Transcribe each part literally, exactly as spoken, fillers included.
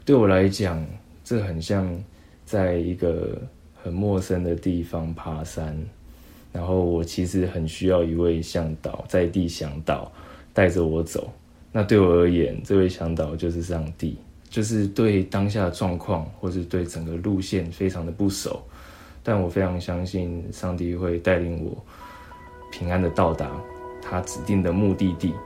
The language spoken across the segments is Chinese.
对我来讲，这很像在一个很陌生的地方爬山，然后我其实很需要一位向导，在地向导带着我走。那对我而言，这位向导就是上帝，就是对当下的状况或是对整个路线非常的不熟，但我非常相信上帝会带领我平安的到达他指定的目的地。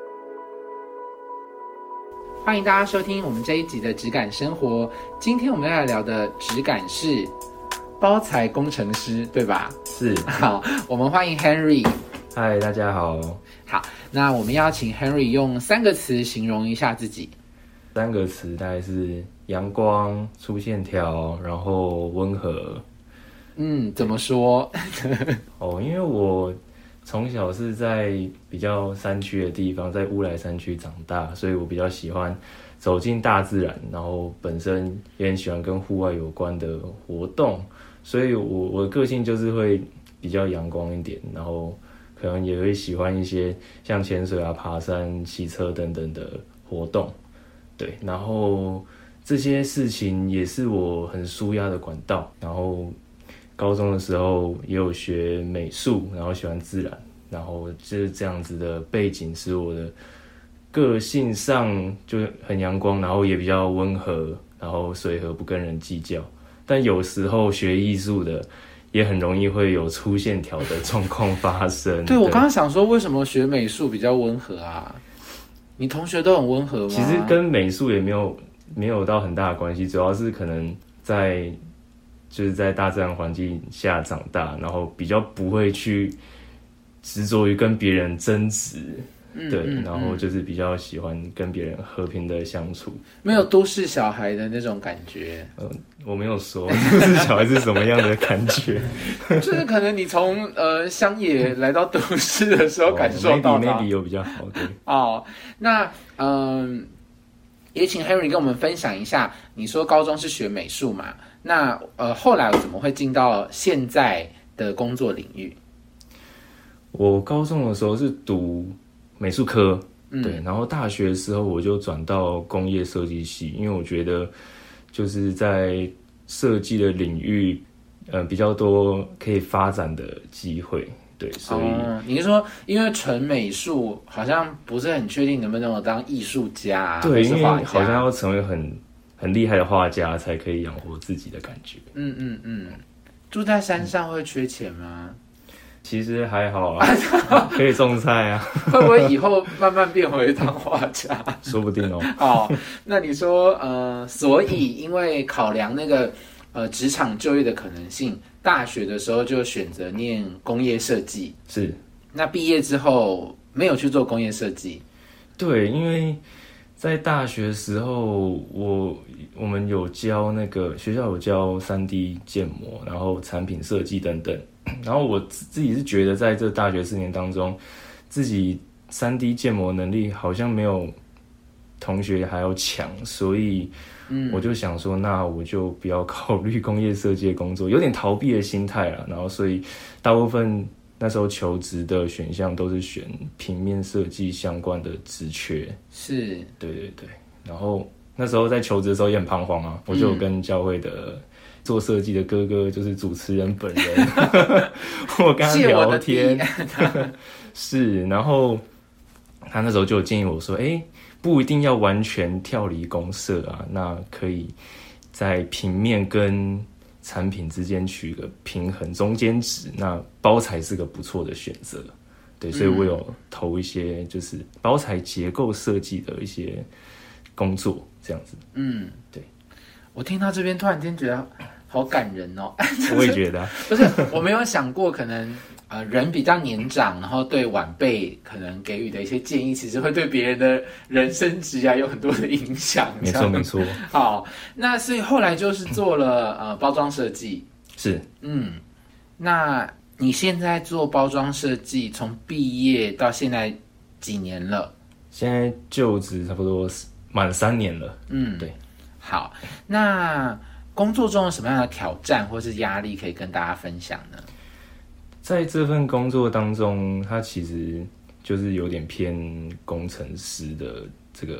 欢迎大家收听我们这一集的质感生活。今天我们要来聊的质感是包材工程师，对吧？ 是。 好，我们欢迎 Henry。 嗨，大家好。 好，那我们要请 Henry 用三个词形容一下自己。 三个词大概是阳光、粗线条，然后温和。 嗯，怎么说？ 哦，因为我从小是在比较山区的地方，在乌来山区长大，所以我比较喜欢走进大自然，然后本身也很喜欢跟户外有关的活动，所以我我的个性就是会比较阳光一点，然后可能也会喜欢一些像潜水啊、爬山、骑车等等的活动，对，然后这些事情也是我很抒压的管道，然后高中的时候也有学美术，然后喜欢自然，然后就是这样子的背景使我的个性上就很阳光，然后也比较温和，然后随和，不跟人计较。但有时候学艺术的也很容易会有粗线条的状况发生。 对，我刚刚想说，为什么学美术比较温和啊？你同学都很温和吗？ 其实跟美术也没有没有到很大的关系，主要是可能在就是在大自然环境下长大，然后比较不会去执着于跟别人争执，嗯、对、嗯，然后就是比较喜欢跟别人和平的相处， 没有都市小孩的那种感觉。 嗯、呃，我没有说都市小孩是什么样的感觉， 就是可能你从呃乡野来到都市的时候感受到它。 maybe maybe 有比较好，对。 哦，那嗯、呃，也请 Henry 跟我们分享一下，你说高中是学美术嘛？那呃，后来怎么会进到现在的工作领域？ 我高中的时候是读美术科， 嗯、 对，然后大学的时候我就转到工业设计系，因为我觉得就是在设计的领域，呃，比较多可以发展的机会，对，所以、 哦、你是说因为纯美术好像不是很确定能不能当艺术家、啊， 对，因为好像要成为很很厉害的画家才可以养活自己的感觉。 嗯嗯嗯，住在山上会缺钱吗？ 其实还好啊，可以种菜啊。 会不会以后慢慢变回当画家？ 说不定哦。 好，那你说呃，所以因为考量那个呃职场就业的可能性，大学的时候就选择念工业设计。 是。 那毕业之后没有去做工业设计？ 对，因为在大学的时候，我我们有教那个学校有教 三 D 建模，然后产品设计等等。然后我自己是觉得，在这大学四年当中，自己 三 D 建模能力好像没有同学还要强，所以我就想说，那我就不要考虑工业设计的工作，有点逃避的心态啦。然后所以大部分那时候求职的选项都是选平面设计相关的职缺。 是， 对对对。然后那时候在求职的时候也很彷徨啊，我就有跟教会的做设计的哥哥，就是主持人本人，我跟他聊天，是，然后他那时候就有建议我说，哎，不一定要完全跳离公社啊，那可以在平面跟产品之间取个平衡中间值，那包材是个不错的选择。对，所以我有投一些就是包材结构设计的一些工作，这样子。嗯，对。 我听到这边突然间觉得好感人哦。 我也觉得、啊， 不是，我没有想过可能呃人比较年长，然后对晚辈可能给予的一些建议，其实会对别人的人生职涯有很多的影响。 没错没错。 好，那所以后来就是做了呃包装设计。 是， 嗯，那你现在做包装设计，从毕业到现在几年了？ 现在就职差不多满三年了。 嗯， 对。 好，那工作中有什么样的挑战或是压力可以跟大家分享呢？ 在这份工作当中，它其实就是有点偏工程师的这个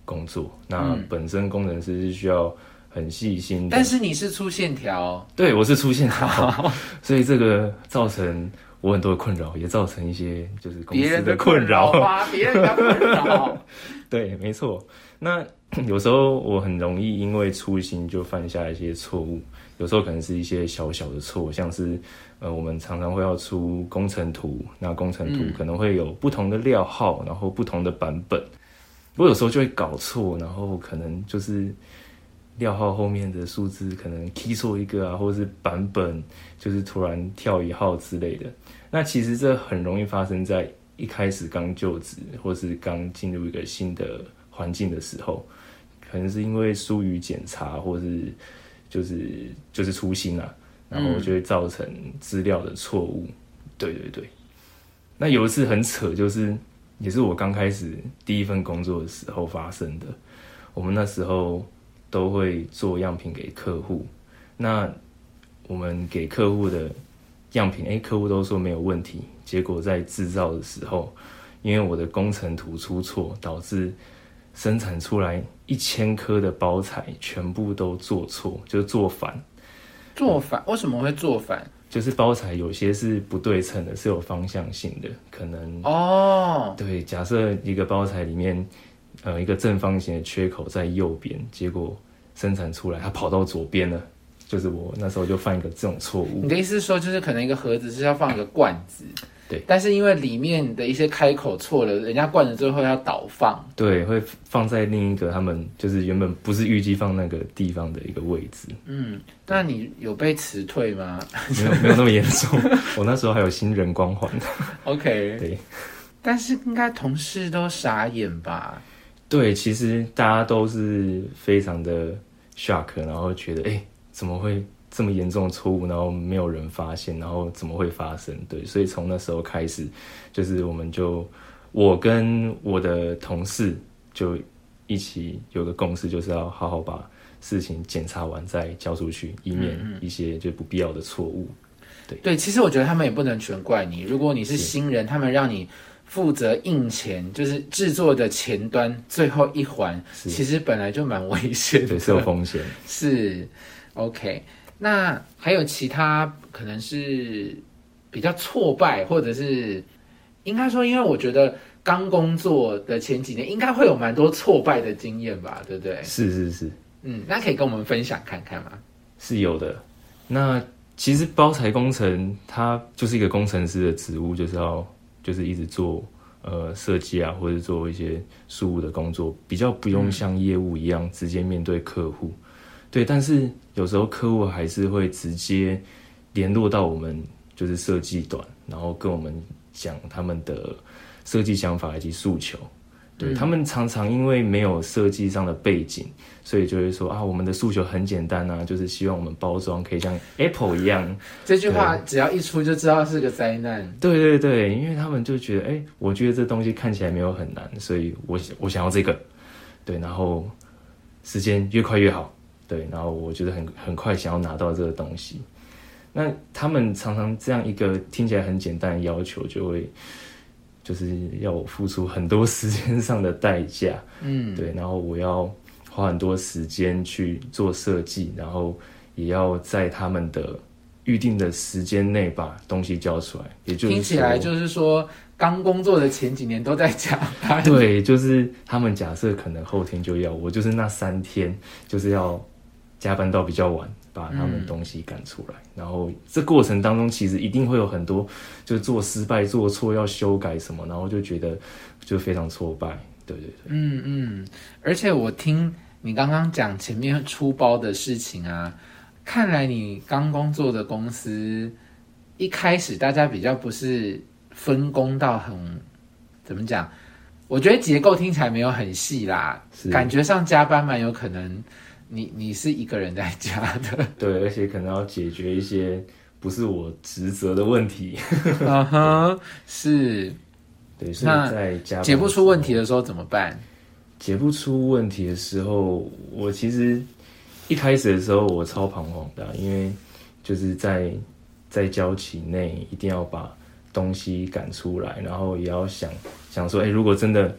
工作。那本身工程师是需要很细心的， 但是你是粗线条， 对，我是粗线条，所以这个造成我很多的困扰，也造成一些就是公司的困扰吧，别人的困扰。 对，没错。那有时候我很容易因为粗心就犯下一些错误，有时候可能是一些小小的错，像是呃，我们常常会要出工程图，那工程图可能会有不同的料号，然后不同的版本，我有时候就会搞错，然后可能就是料号后面的数字可能 key 错一个啊，或者是版本就是突然跳一号之类的。那其实这很容易发生在一开始刚就职，或是刚进入一个新的环境的时候，可能是因为疏于检查，或是就是就是粗心啊，然后就会造成资料的错误。对对对。那有一次很扯，就是也是我刚开始第一份工作的时候发生的。我们那时候都会做样品给客户，那我们给客户的样品，哎，客户都说没有问题，结果在制造的时候，因为我的工程图出错，导致生产出来一千颗的包材全部都做错，就是做反。 做反？为什么会做反？ 就是包材有些是不对称的，是有方向性的，可能哦， 对，假设一个包材里面，呃，一个正方形的缺口在右边，结果生产出来它跑到左边了，就是我那时候就犯一个这种错误。 你的意思是说，就是可能一个盒子是要放一个罐子， 对， 但是因为里面的一些开口错了，人家罐子最后要倒放， 对，会放在另一个他们就是原本不是预计放那个地方的一个位置。 嗯，那你有被辞退吗？ 没有，没有那么严重。我那时候还有新人光环。 OK， 对， 但是应该同事都傻眼吧？ 对，其实大家都是非常的 shock， 然后觉得哎、欸，怎么会这么严重的错误，然后没有人发现，然后怎么会发生？对，所以从那时候开始，就是我们就我跟我的同事就一起有个共识，就是要好好把事情检查完再交出去，以免一些就不必要的错误。对对，其实我觉得他们也不能全怪你，如果你是新人，他们让你负责印钱，就是制作的前端最后一环，其实本来就蛮危险的， 对，是有风险。 是 OK。那还有其他可能是比较挫败，或者是应该说，因为我觉得刚工作的前几年应该会有蛮多挫败的经验吧，对不对？ 是是是， 嗯，那可以跟我们分享看看吗？ 是有的。那其实包材工程它就是一个工程师的职务，就是要就是一直做呃设计啊，或者做一些事务的工作，比较不用像业务一样直接面对客户。对，但是有时候客户还是会直接联络到我们，就是设计端，然后跟我们讲他们的设计想法以及诉求。对、嗯、他们常常因为没有设计上的背景，所以就会说啊，我们的诉求很简单啊，就是希望我们包装可以像 Apple 一样。 这句话只要一出就知道是个灾难。 对对对，因为他们就觉得，哎、欸，我觉得这东西看起来没有很难，所以我我想要这个。对，然后时间越快越好。对，然后我觉得很很快想要拿到这个东西。那他们常常这样一个听起来很简单的要求，就会就是要我付出很多时间上的代价。嗯，对，然后我要花很多时间去做设计，然后也要在他们的预定的时间内把东西交出来。也就是说， 听起来就是说，刚工作的前几年都在加班。 对，就是他们假设可能后天就要，我就是那三天就是要加班到比较晚，把他们东西赶出来、嗯、然后这过程当中其实一定会有很多就是做失败做错要修改什么，然后就觉得就非常挫败。对对对， 嗯嗯，而且我听你刚刚讲前面出包的事情啊，看来你刚工作的公司一开始大家比较不是分工到很怎么讲，我觉得结构听起来没有很细啦，感觉上加班蛮有可能你你是一个人在家的。 对，而且可能要解决一些不是我职责的问题。 嗯哼，是。 对，所以在加班解不出问题的时候怎么办？ 解不出问题的时候，我其实一开始的时候我超彷徨的、啊，因为就是在在交期内一定要把东西赶出来，然后也要想想说，哎、欸，如果真的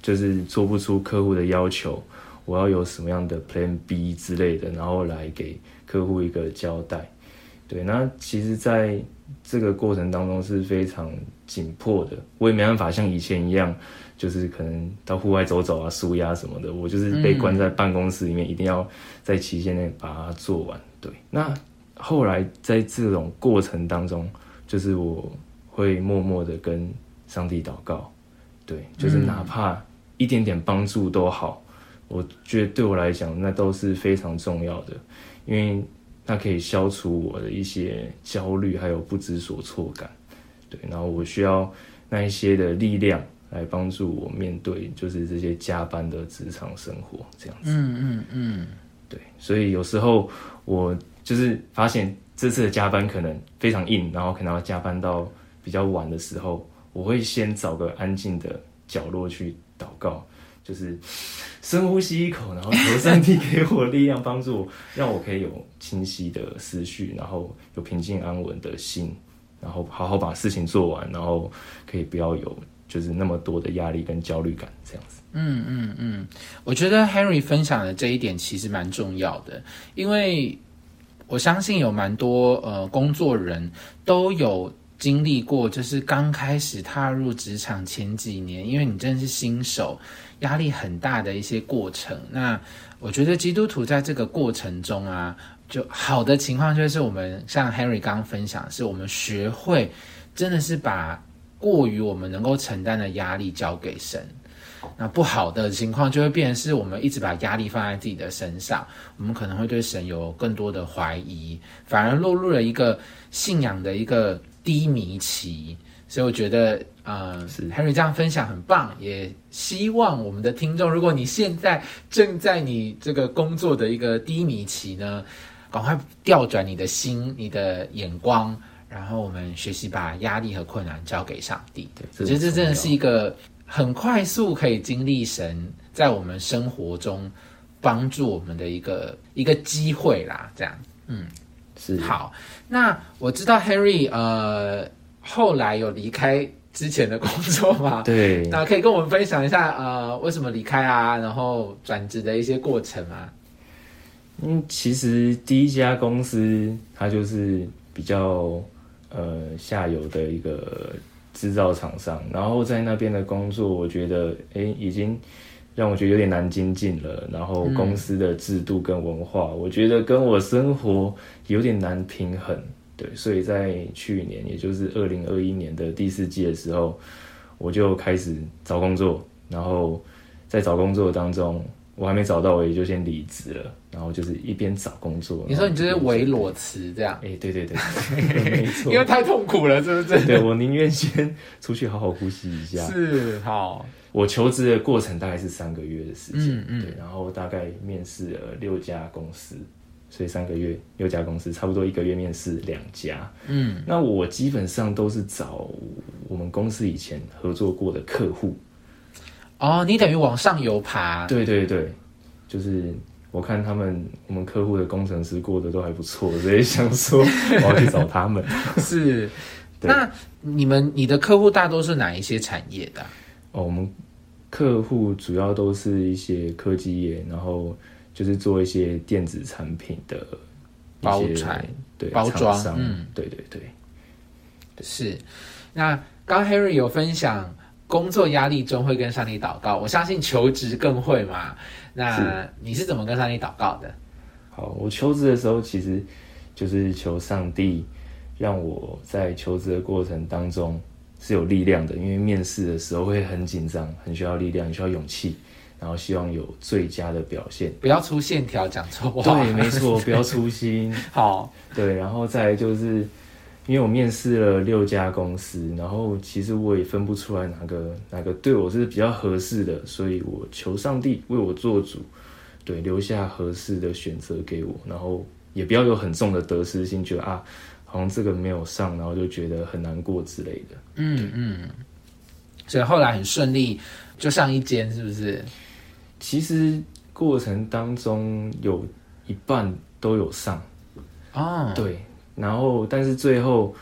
就是做不出客户的要求，我要有什么样的 Plan B 之类的，然后来给客户一个交代。对，那其实在这个过程当中是非常紧迫的，我也没办法像以前一样，就是可能到户外走走啊、舒压什么的，我就是被关在办公室里面，一定要在期限内把它做完。对，那后来在这种过程当中，就是我会默默的跟上帝祷告，对，就是哪怕一点点帮助都好，我觉得对我来讲那都是非常重要的，因为那可以消除我的一些焦虑还有不知所措感，对，然后我需要那一些的力量来帮助我面对就是这些加班的职场生活这样子。 嗯嗯嗯， 对，所以有时候我就是发现这次的加班可能非常硬，然后可能要加班到比较晚的时候，我会先找个安静的角落去祷告，就是深呼吸一口，然后求上帝给我力量，帮助我，让我可以有清晰的思绪，然后有平静安稳的心，然后好好把事情做完，然后可以不要有就是那么多的压力跟焦虑感这样子。 嗯嗯嗯，我觉得 Henry 分享的这一点其实蛮重要的，因为我相信有蛮多呃工作人都有经历过，就是刚开始踏入职场前几年，因为你真的是新手，压力很大的一些过程。那我觉得基督徒在这个过程中啊，就好的情况就是我们像 Henry 刚刚分享，是我们学会真的是把过于我们能够承担的压力交给神。那不好的情况就会变成是我们一直把压力放在自己的身上，我们可能会对神有更多的怀疑，反而落入了一个信仰的一个低迷期。所以我觉得呃 Henry 这样分享很棒，也希望我们的听众，如果你现在正在你这个工作的一个低迷期呢，赶快调转你的心，你的眼光，然后我们学习把压力和困难交给上帝。我觉得这真的是一个很快速可以经历神在我们生活中帮助我们的一个一个机会啦，这样。嗯， 是。 好，那我知道 Henry 呃后来有离开之前的工作嘛？ 对。 那可以跟我们分享一下呃为什么离开啊，然后转职的一些过程吗？ 嗯，其实第一家公司它就是比较呃下游的一个制造厂商，然后在那边的工作，我觉得诶已经让我觉得有点难精进了。然后公司的制度跟文化，嗯、我觉得跟我生活有点难平衡。对，所以在去年，也就是二零二一年的第四季的时候，我就开始找工作。然后在找工作当中，我还没找到，我也就先离职了。然后就是一边找工作， 你说你就是伪裸辞这样？ 哎、欸，对对对，没错， 因为太痛苦了，是不是？ 对，我宁愿先出去好好呼吸一下。 是，好。 我求职的过程大概是三个月的时间， 嗯嗯， 对，然后大概面试了六家公司，所以三个月六家公司，差不多一个月面试两家。嗯，那我基本上都是找我们公司以前合作过的客户。 哦，你等于往上游爬。 对对对，就是我看他们我们客户的工程师过得都还不错，所以想说我要去找他们。 是，那你们你的客户大多是哪一些产业的、啊？ 哦，我们客户主要都是一些科技业，然后就是做一些电子产品的包材、 对包装， 嗯，对对对， 是。那刚 Henry 有分享，工作压力中会跟上帝祷告，我相信求职更会嘛。那你是怎么跟上帝祷告的？ 好，我求职的时候其实就是求上帝让我在求职的过程当中是有力量的，因为面试的时候会很紧张，很需要力量，需要勇气，然后希望有最佳的表现， 不要出线条讲错话。 对，没错，不要粗心。 好， 对，然后再来就是因为我面试了六家公司，然后其实我也分不出来哪个哪个对我是比较合适的，所以我求上帝为我做主，对，留下合适的选择给我，然后也不要有很重的得失心，觉得啊好像这个没有上，然后就觉得很难过之类的。 嗯嗯，所以后来很顺利就上一间，是不是？ 其实过程当中有一半都有上。哦，对。然后，但是最后，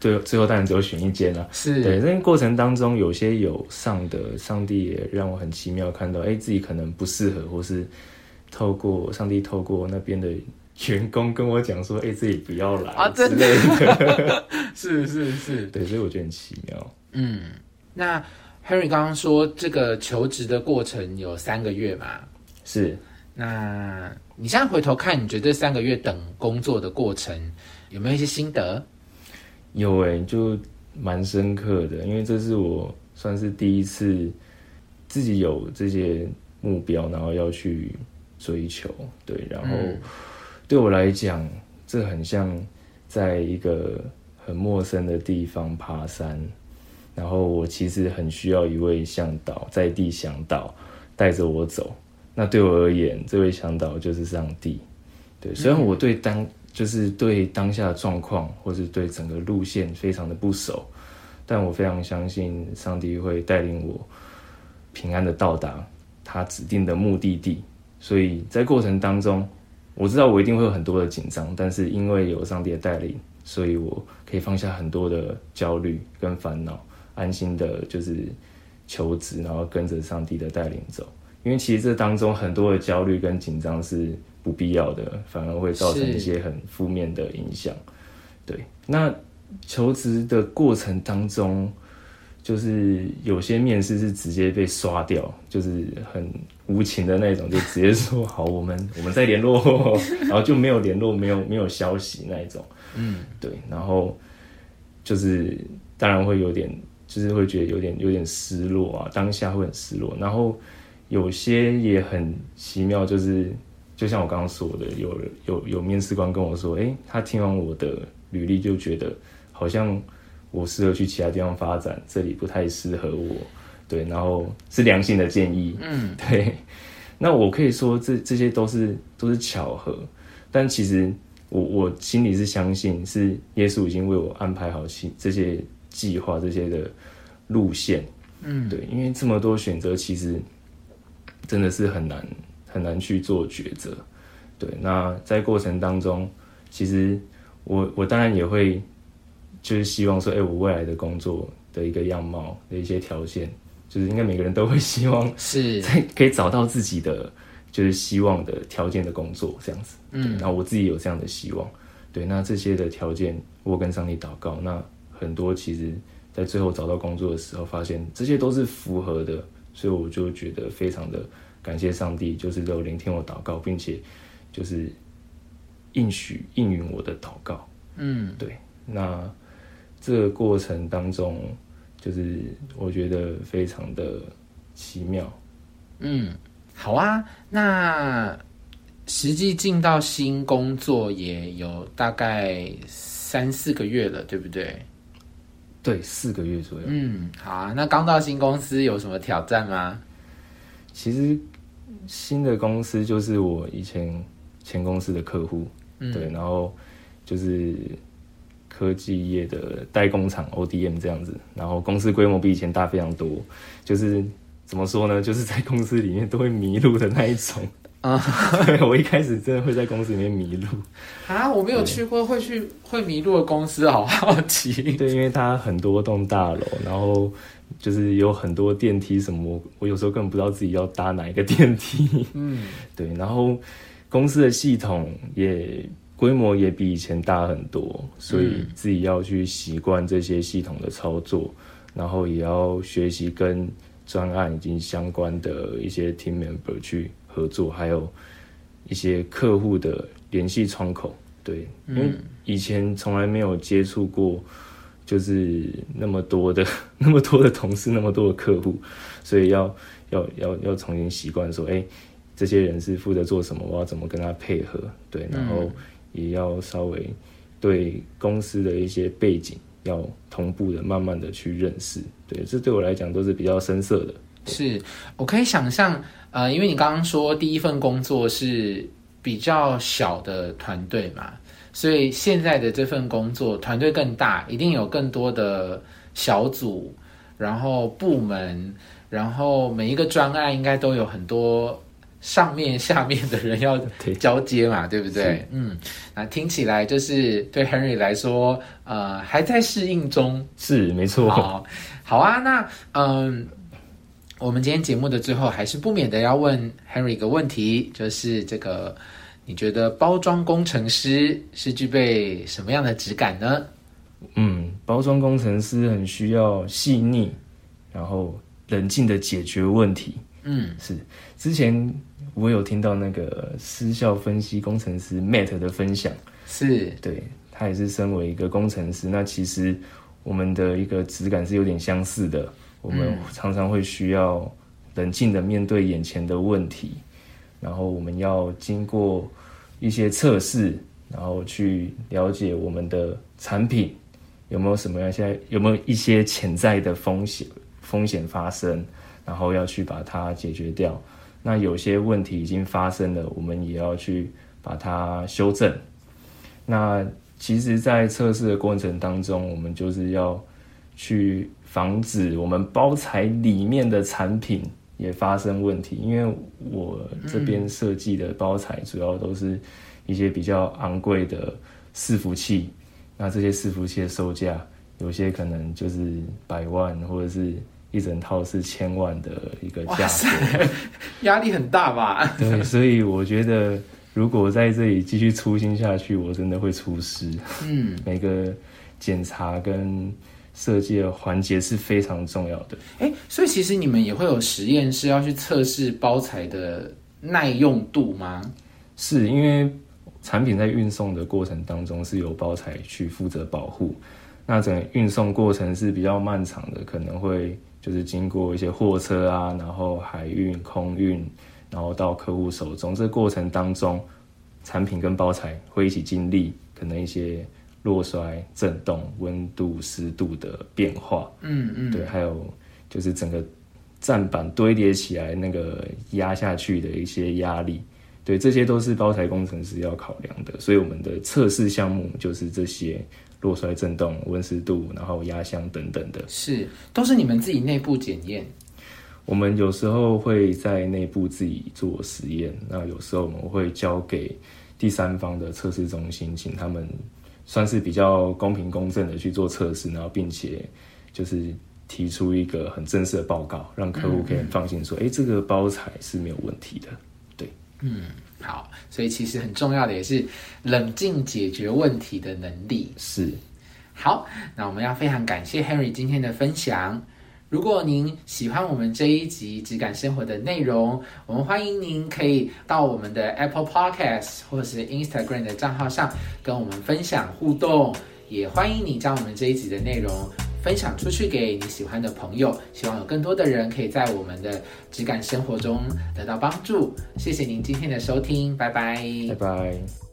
对，最后当然只有选一间啊。 是， 对，这过程当中有些有上的，上帝也让我很奇妙看到，哎，自己可能不适合，或是透过上帝透过那边的员工跟我讲说，哎，这里不要来啊，之类的。 是是是， 对，所以我觉得很奇妙。 嗯，那 Henry 刚刚说这个求职的过程有三个月嘛？ 是。 那你现在回头看，你觉得这三个月等工作的过程有没有一些心得？ 有诶、欸，就蛮深刻的，因为这是我算是第一次自己有这些目标，然后要去追求。对，然后对我来讲，这很像在一个很陌生的地方爬山，然后我其实很需要一位向导，在地向导带着我走。那对我而言，这位向导就是上帝。对，虽然我对当就是对当下的状况，或是对整个路线非常的不熟，但我非常相信上帝会带领我平安的到达他指定的目的地。所以在过程当中，我知道我一定会有很多的紧张，但是因为有上帝的带领，所以我可以放下很多的焦虑跟烦恼，安心的就是求职，然后跟着上帝的带领走。因为其实这当中很多的焦虑跟紧张是不必要的，反而会造成一些很负面的影响。对，那求职的过程当中，就是有些面试是直接被刷掉，就是很无情的那种，就直接说好，我们我们再联络，然后就没有联络，没有没有消息那一种。嗯，对，然后就是当然会有点，就是会觉得有点有点失落啊，当下会很失落，然后。有些也很奇妙，就是就像我刚刚说的，有有有面试官跟我说，哎、欸，他听完我的履历就觉得好像我适合去其他地方发展，这里不太适合我，对，然后是良性的建议，嗯，对。那我可以说这这些都是都是巧合，但其实我我心里是相信，是耶稣已经为我安排好这些计划、这些的路线，嗯，对，因为这么多选择，其实。真的是很难很难去做抉择，对。那在过程当中，其实我我当然也会就是希望说，哎、欸，我未来的工作的一个样貌的一些条件，就是应该每个人都会希望是在可以找到自己的就是希望的条件的工作这样子。嗯，然后我自己有这样的希望，对。那这些的条件，我跟上帝祷告，那很多其实在最后找到工作的时候，发现这些都是符合的。所以我就觉得非常的感谢上帝，就是都聆听我祷告，并且就是应许应允我的祷告。嗯，对。那这个过程当中，就是我觉得非常的奇妙。 嗯，好啊。那实际进到新工作也有大概三四个月了，对不对？ 对，四个月左右。 嗯，好啊。那刚到新公司有什么挑战吗？ 其实新的公司就是我以前前公司的客户，嗯、对，然后就是科技业的代工厂 O D M 这样子，然后公司规模比以前大非常多，就是怎么说呢，就是在公司里面都会迷路的那一种。啊、对，我一开始真的会在公司里面迷路啊！我没有去过会去会迷路的公司，好好奇。 对，因为它很多栋大楼，然后就是有很多电梯什么，我有时候根本不知道自己要搭哪一个电梯。嗯，对，然后公司的系统也规模也比以前大很多，所以自己要去习惯这些系统的操作，然后也要学习跟专案以及相关的一些 team member 去合作，还有一些客户的联系窗口，对，因为以前从来没有接触过，就是那么多的那么多的同事，那么多的客户，所以要要要要重新习惯说，哎、欸，这些人是负责做什么，我要怎么跟他配合，对，然后也要稍微对公司的一些背景要同步的慢慢的去认识，对，这对我来讲都是比较深涩的。 是，我可以想象，呃，因为你刚刚说第一份工作是比较小的团队嘛，所以现在的这份工作团队更大，一定有更多的小组，然后部门，然后每一个专案应该都有很多上面下面的人要交接嘛，对不对？嗯，那听起来就是对 Henry 来说，呃，还在适应中。 是，没错。 好，好啊，那嗯，我们今天节目的最后还是不免的要问 Henry 一个问题，就是这个，你觉得包装工程师是具备什么样的质感呢？ 嗯，包装工程师很需要细腻，然后冷静的解决问题。 嗯， 是。之前我有听到那个失效分析工程师 Matt 的分享， 是， 对，他也是身为一个工程师，那其实我们的一个质感是有点相似的。我们常常会需要冷静的面对眼前的问题，然后我们要经过一些测试，然后去了解我们的产品有没有什么样，现在有没有一些潜在的风险风险发生，然后要去把它解决掉。那有些问题已经发生了，我们也要去把它修正。那其实在测试的过程当中，我们就是要去防止我们包材里面的产品也发生问题，因为我这边设计的包材主要都是一些比较昂贵的伺服器，那这些伺服器的售价有些可能就是百万，或者是一整套是千万的一个价格， 压力很大吧？ 对，所以我觉得如果在这里继续粗心下去，我真的会出师。嗯，每个检查跟设计的环节是非常重要的。 哎，所以其实你们也会有实验室要去测试包材的耐用度吗？ 是，因为产品在运送的过程当中是由包材去负责保护，那整个运送过程是比较漫长的，可能会就是经过一些货车啊，然后海运、空运，然后到客户手中。这过程当中，产品跟包材会一起经历可能一些落衰、震动、温度、湿度的变化，嗯嗯，对，还有就是整个站板堆叠起来那个压下去的一些压力，对，这些都是包材工程师要考量的。所以我们的测试项目就是这些落衰、震动、温湿度，然后压箱等等的。 是，都是你们自己内部检验。 我们有时候会在内部自己做实验，那有时候我们会交给第三方的测试中心，请他们算是比较公平公正的去做测试，然后并且就是提出一个很正式的报告，让客户可以很放心说，哎、嗯嗯，这个包材是没有问题的。对， 嗯，好，所以其实很重要的也是冷静解决问题的能力。 是， 好，那我们要非常感谢 Henry 今天的分享。如果您喜欢我们这一集质感生活的内容，我们欢迎您可以到我们的 Apple Podcast 或是 Instagram 的账号上跟我们分享互动，也欢迎你将我们这一集的内容分享出去给你喜欢的朋友，希望有更多的人可以在我们的质感生活中得到帮助。谢谢您今天的收听，拜拜， 拜拜。